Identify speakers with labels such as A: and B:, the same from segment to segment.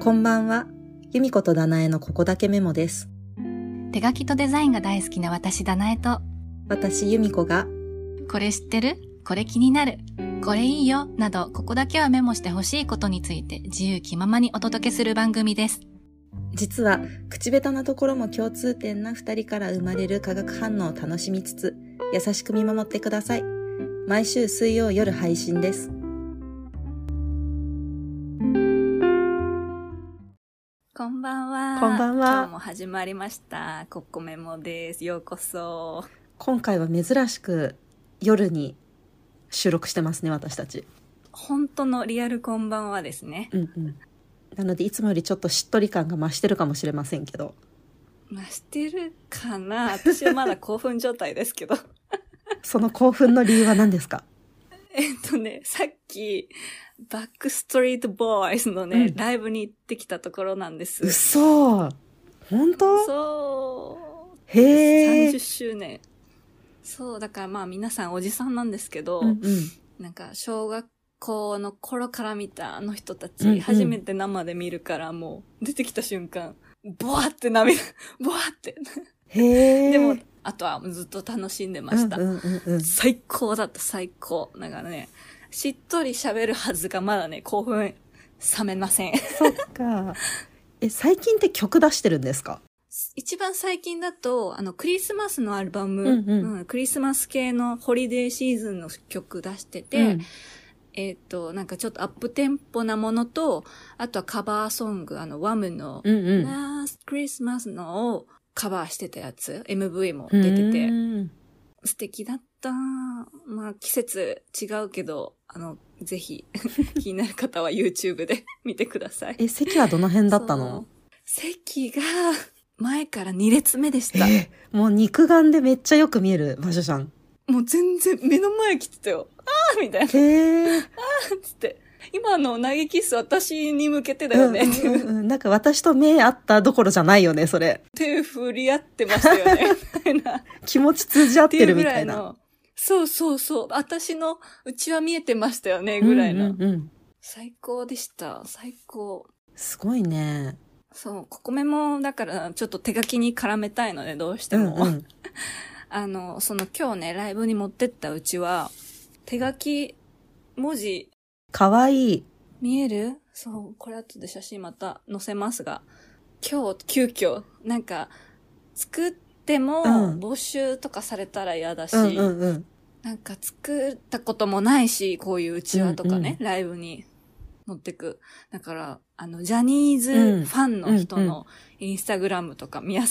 A: こんばんは。由美子とダナエのここだけメモです。
B: 手書きとデザインが大好きな私ダナエと、
A: 私由美子が、
B: これ知ってる？これ気になる？これいいよなど、ここだけはメモしてほしいことについて自由気ままにお届けする番組です。
A: 実は口下手なところも共通点な2人から生まれる化学反応を楽しみつつ、優しく見守ってください。毎週水曜夜配信です。
B: こんばんは。
A: こんばんは。
B: 今日も始まりました。コッコメモです。ようこそ。
A: 今回は珍しく夜に収録してますね、私たち。
B: 本当のリアルこんばんはですね。
A: なのでいつもよりちょっとしっとり感が増してるかもしれませんけど。
B: 増してるかな？私はまだ興奮状態ですけど。
A: その興奮の理由は何ですか？
B: さっきバックストリートボーイズのね、ライブに行ってきたところなんです。
A: 嘘？本当？
B: そう。
A: へー。
B: 30周年。そう、だからまあ皆さんおじさんなんですけど、なんか小学校の頃から見たあの人たち、初めて生で見るからもう出てきた瞬間、ボワって涙、ボワって。
A: へー。でも、
B: あとはずっと楽しんでました。最高だった、最高。だからね、しっとり喋るはずがまだね、興奮冷めません。
A: そっか。最近って曲出してるんですか？
B: 一番最近だと、クリスマスのアルバム、クリスマス系のホリデーシーズンの曲出してて、なんかちょっとアップテンポなものと、あとはカバーソング、ワムの、Last Christmas のをカバーしてたやつ、MV も出てて、素敵だった。まあ季節違うけど、ぜひ気になる方は YouTube で見てください。
A: 席はどの辺だったの？
B: 席が前から2列目でした。
A: もう肉眼でめっちゃよく見える場所じゃん。
B: もう全然目の前来てたよ。あーみたいな。あーつって。今の投げキス私に向けてだよね。
A: なんか私と目合ったどころじゃないよね、それ。
B: 手振り合ってましたよね。みたいな。
A: 気持ち通じ合ってるみたいな。
B: そうそうそう。私のうちは見えてましたよね、ぐらいの。最高でした。最高。
A: すごいね。
B: そう、ここメモだからちょっと手書きに絡めたいので、どうしても。今日ね、ライブに持ってったうちは、手書き文字。
A: かわいい。
B: 見える？そう、これ後で写真また載せますが、今日、急遽、なんか、作っても、募集とかされたら嫌だし、なんか作ったこともないし、こういううちわとかね、ライブに持ってく。だから、ジャニーズファンの人のインスタグラムとか見漁って、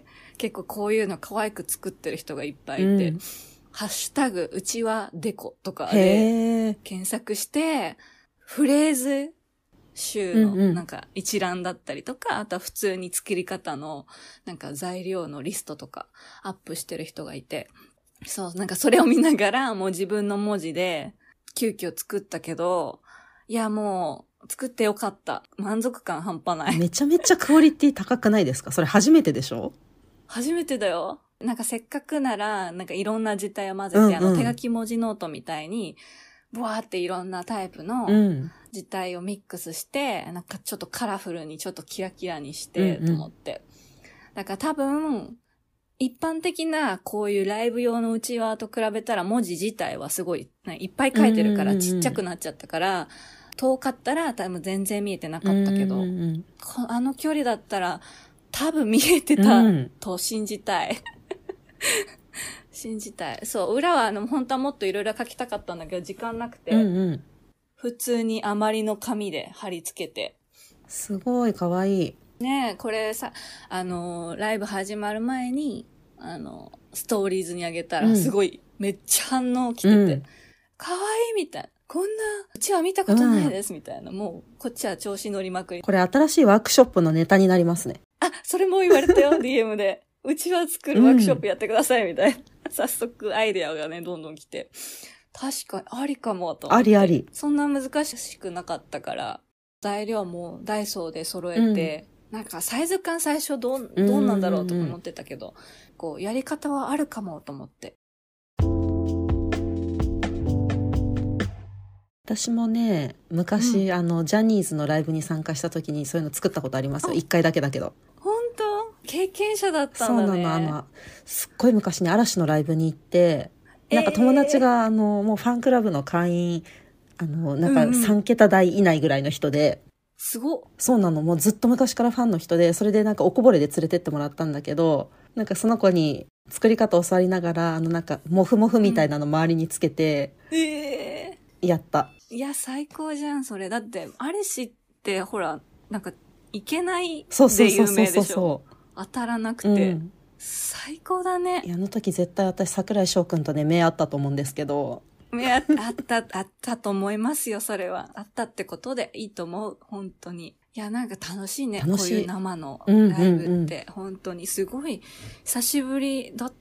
B: 結構こういうの可愛く作ってる人がいっぱいいて、ハッシュタグ、うちわデコとかで検索して、フレーズ集のなんか一覧だったりとか、あとは普通に作り方のなんか材料のリストとかアップしてる人がいて、そう、なんかそれを見ながらもう自分の文字で急遽作ったけど、いやもう作ってよかった。満足感半端ない。
A: めちゃめちゃクオリティ高くないですか？それ初めてでしょ？
B: 初めてだよ。なんかせっかくなら、なんかいろんな字体を混ぜて、手書き文字ノートみたいに、ブワーっていろんなタイプの字体をミックスして、なんかちょっとカラフルにちょっとキラキラにして、と思って。だから多分、一般的なこういうライブ用のうちわと比べたら文字自体はすごい、いっぱい書いてるからちっちゃくなっちゃったから、遠かったら多分全然見えてなかったけど、あの距離だったら多分見えてたと信じたい。信じたい。そう、裏は本当はもっといろいろ書きたかったんだけど、時間なくて、普通に余りの紙で貼り付けて。
A: すごい、かわいい。
B: ねえ、これさ、ライブ始まる前に、ストーリーズにあげたら、すごい、めっちゃ反応来てて、かわいいみたいな。こんな、うちは見たことないです、みたいな。もう、こっちは調子乗りまくり。
A: これ新しいワークショップのネタになりますね。
B: あ、それも言われたよ、DM で。うちは作るワークショップやってください、みたいな。早速アイデアがね、どんどん来て。確かに、ありかも、と思って。
A: ありあり。
B: そんな難しくなかったから、材料もダイソーで揃えて、なんかサイズ感最初どうなんだろうとか思ってたけど、こう、やり方はあるかもと思って。
A: 私もね、昔、ジャニーズのライブに参加した時にそういうの作ったことありますよ。1回だけだけど。
B: 本当経験者だったんだね。
A: そうなの。すっごい昔に嵐のライブに行って、なんか友達が、もうファンクラブの会員、なんか3桁台以内ぐらいの人で、
B: すごっ。
A: そうなの。もうずっと昔からファンの人で、それでなんかおこぼれで連れてってもらったんだけど、なんかその子に作り方教わりながら、なんか、モフモフみたいなの周りにつけて、やった。
B: いや、最高じゃん、それ。だって、嵐って、ほら、なんか、いけないで有名でしょ。当たらなくて。最高だね。
A: いや、あの時絶対私、桜井翔くんとね、目合ったと思うんですけど。
B: あったと思いますよ、それは。あったってことでいいと思う、本当に。いや、なんか楽しいね、こういう生のライブって、本当にすごい久しぶりだった。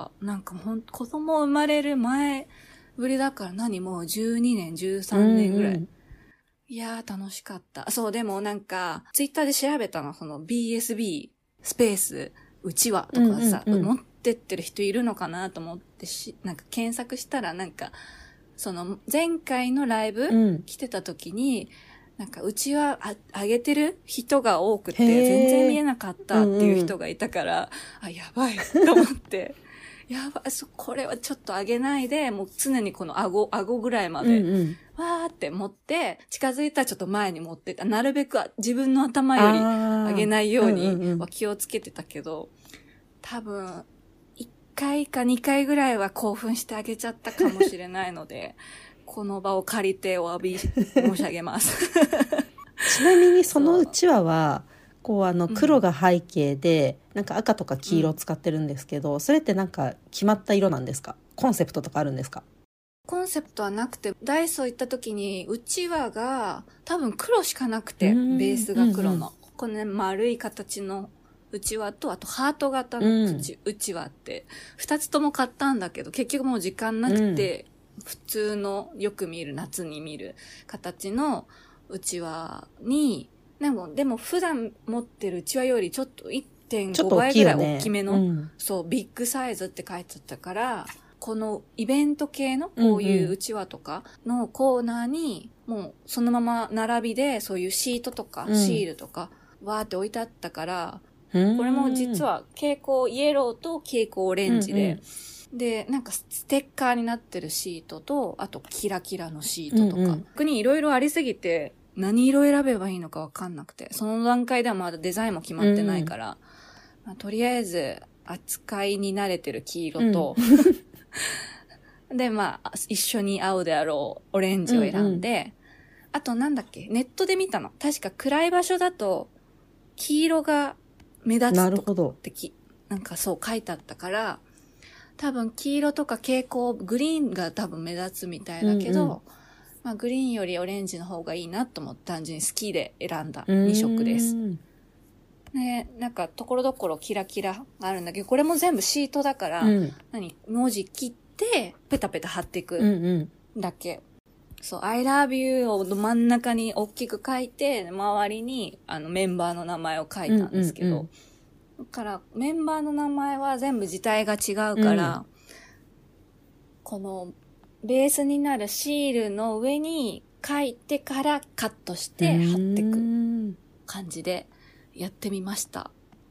B: なんか子供生まれる前ぶりだからもう12年、13年ぐらい。いやー、楽しかった。そう、でもなんか、ツイッターで調べたの、その BSB スペースうちわとかさ、持ってってる人いるのかなと思ってなんか検索したらなんか、その前回のライブ、来てた時に、なんかうちわあげてる人が多くて全然見えなかったっていう人がいたから、あ、やばいと思って、やばい、これはちょっとあげないで、もう常にこの顎ぐらいまで、わーって持って、近づいたらちょっと前に持ってた。なるべく自分の頭より上げないようには気をつけてたけど、多分、1回か2回ぐらいは興奮してあげちゃったかもしれないので、この場を借りてお詫び申し上げます。
A: ちなみにそのうちわは、こう黒が背景で、なんか赤とか黄色を使ってるんですけど、それってなんか決まった色なんですか？コンセプトとかあるんですか？
B: コンセプトはなくて、ダイソー行った時に、うちわが多分黒しかなくて、ベースが黒の。このね、丸い形のうちわと、あとハート型のうちわって、2つとも買ったんだけど、結局もう時間なくて、普通のよく見る、夏に見る形のうちわに、でも普段持ってるうちわよりちょっと 1.5 倍ぐらい大きめの、そう、ビッグサイズって書いてあったから、このイベント系のこういううちわとかのコーナーに、もうそのまま並びでそういうシートとかシールとかわーって置いてあったから、これも実は蛍光イエローと蛍光オレンジで、で、なんかステッカーになってるシートと、あとキラキラのシートとか、逆にいろいろありすぎて、何色選べばいいのかわかんなくて、その段階ではまだデザインも決まってないから、まあ、とりあえず扱いに慣れてる黄色と、で、まあ、一緒に合うであろうオレンジを選んで、あとなんだっけ、ネットで見たの。確か暗い場所だと、黄色が目立つとかってなんかそう書いてあったから、多分黄色とか蛍光、グリーンが多分目立つみたいだけど、まあグリーンよりオレンジの方がいいなと思って単純に好きで選んだ2色です。ね、なんかところどころキラキラがあるんだけど、これも全部シートだから、文字切ってペタペタ貼っていくだけ。そう、I love you を真ん中に大きく書いて、周りにメンバーの名前を書いたんですけど、だからメンバーの名前は全部字体が違うから、このベースになるシールの上に書いてからカットして貼っていく感じでやってみました。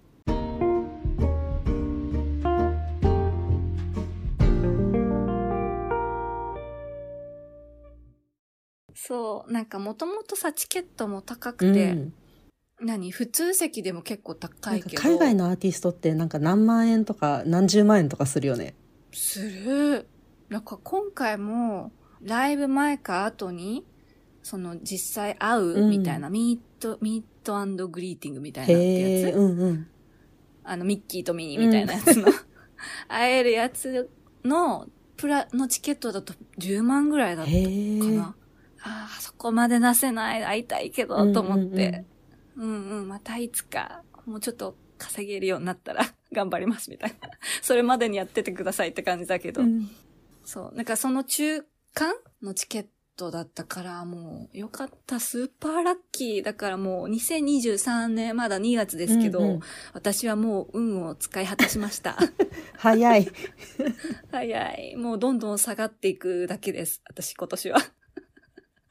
B: そう、なんかもともとさ、チケットも高くて、普通席でも結構高いけど。
A: 海外のアーティストってなんか何万円とか何十万円とかするよね。
B: する。なんか今回もライブ前か後に、その実際会うみたいな、ミート&グリーティングみたいなってやつ、ミッキーとミニーみたいなやつの会えるやつののチケットだと10万ぐらいだったかな。ああ、そこまで出せない、会いたいけど、と思って。またいつか、もうちょっと稼げるようになったら頑張りますみたいな。それまでにやっててくださいって感じだけど。そう。なんかその中間のチケットだったから、もうよかった。スーパーラッキー。だからもう2023年、まだ2月ですけど、私はもう運を使い果たしました。
A: 早い。
B: 早い。もうどんどん下がっていくだけです。私今年は。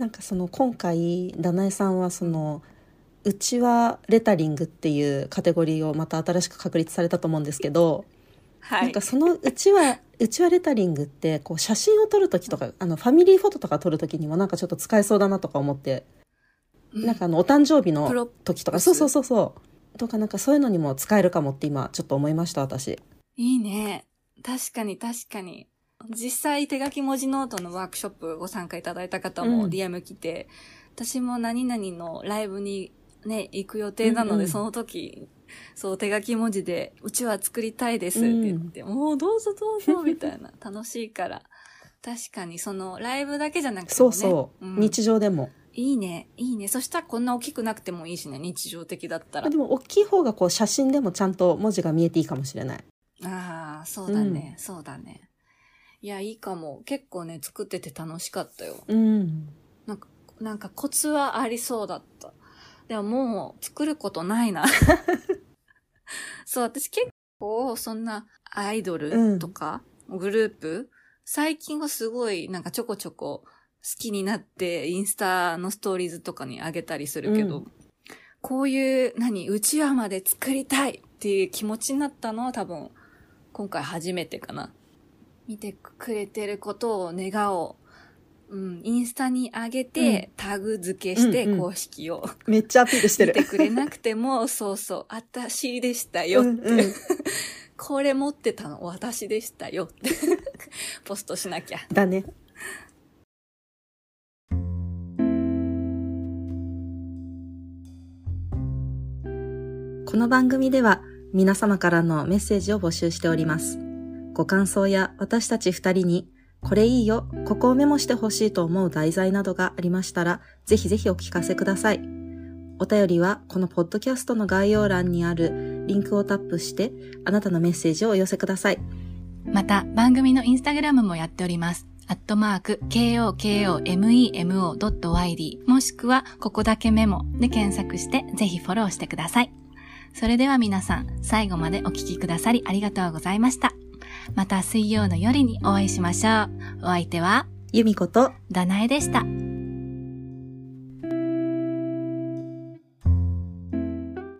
A: なんかその今回ダナエさんはそのうちわレタリングっていうカテゴリーをまた新しく確立されたと思うんですけど、
B: はい、
A: なんかそのうちわレタリングってこう写真を撮るときとかファミリーフォトとか撮るときにもなんかちょっと使えそうだなとか思って、なんかお誕生日の時とかそうとかなんかそういうのにも使えるかもって今ちょっと思いました。私
B: いいね。確かに実際手書き文字ノートのワークショップご参加いただいた方も DM 来て、私も何々のライブにね行く予定なので、その時そう手書き文字でうちは作りたいですって言って、もうどうぞみたいな楽しいから、確かにそのライブだけじゃなくてもね、
A: そう、日常でも
B: いいね。そしたらこんな大きくなくてもいいしね、日常的だったら。
A: でも大きい方がこう写真でもちゃんと文字が見えていいかもしれない。
B: ああ、そうだね、そうだね。いや、いいかも。結構ね、作ってて楽しかったよ。なんかコツはありそうだった。でももう作ることないな。そう、私結構そんなアイドルとか、グループ、最近はすごいなんかちょこちょこ好きになってインスタのストーリーズとかにあげたりするけど、こういううちわまで作りたいっていう気持ちになったのは多分今回初めてかな。見てくれてることを願おう。インスタに上げて、タグ付けして公式を。
A: めっちゃアピールしてる。
B: 見てくれなくても、私でしたよって。これ持ってたの私でしたよって。ポストしなきゃ。
A: だね。この番組では皆様からのメッセージを募集しております。ご感想や私たち2人にこれいいよ、ここをメモしてほしいと思う題材などがありましたら、ぜひぜひお聞かせください。お便りはこのポッドキャストの概要欄にあるリンクをタップして、あなたのメッセージをお寄せください。
C: また番組のインスタグラムもやっております。@KOKOMEMO.YD もしくはここだけメモで検索してぜひフォローしてください。それでは皆さん、最後までお聞きくださりありがとうございました。また水曜の夜にお会いしましょう。お相手は
A: 由美子と
C: ダナエでした。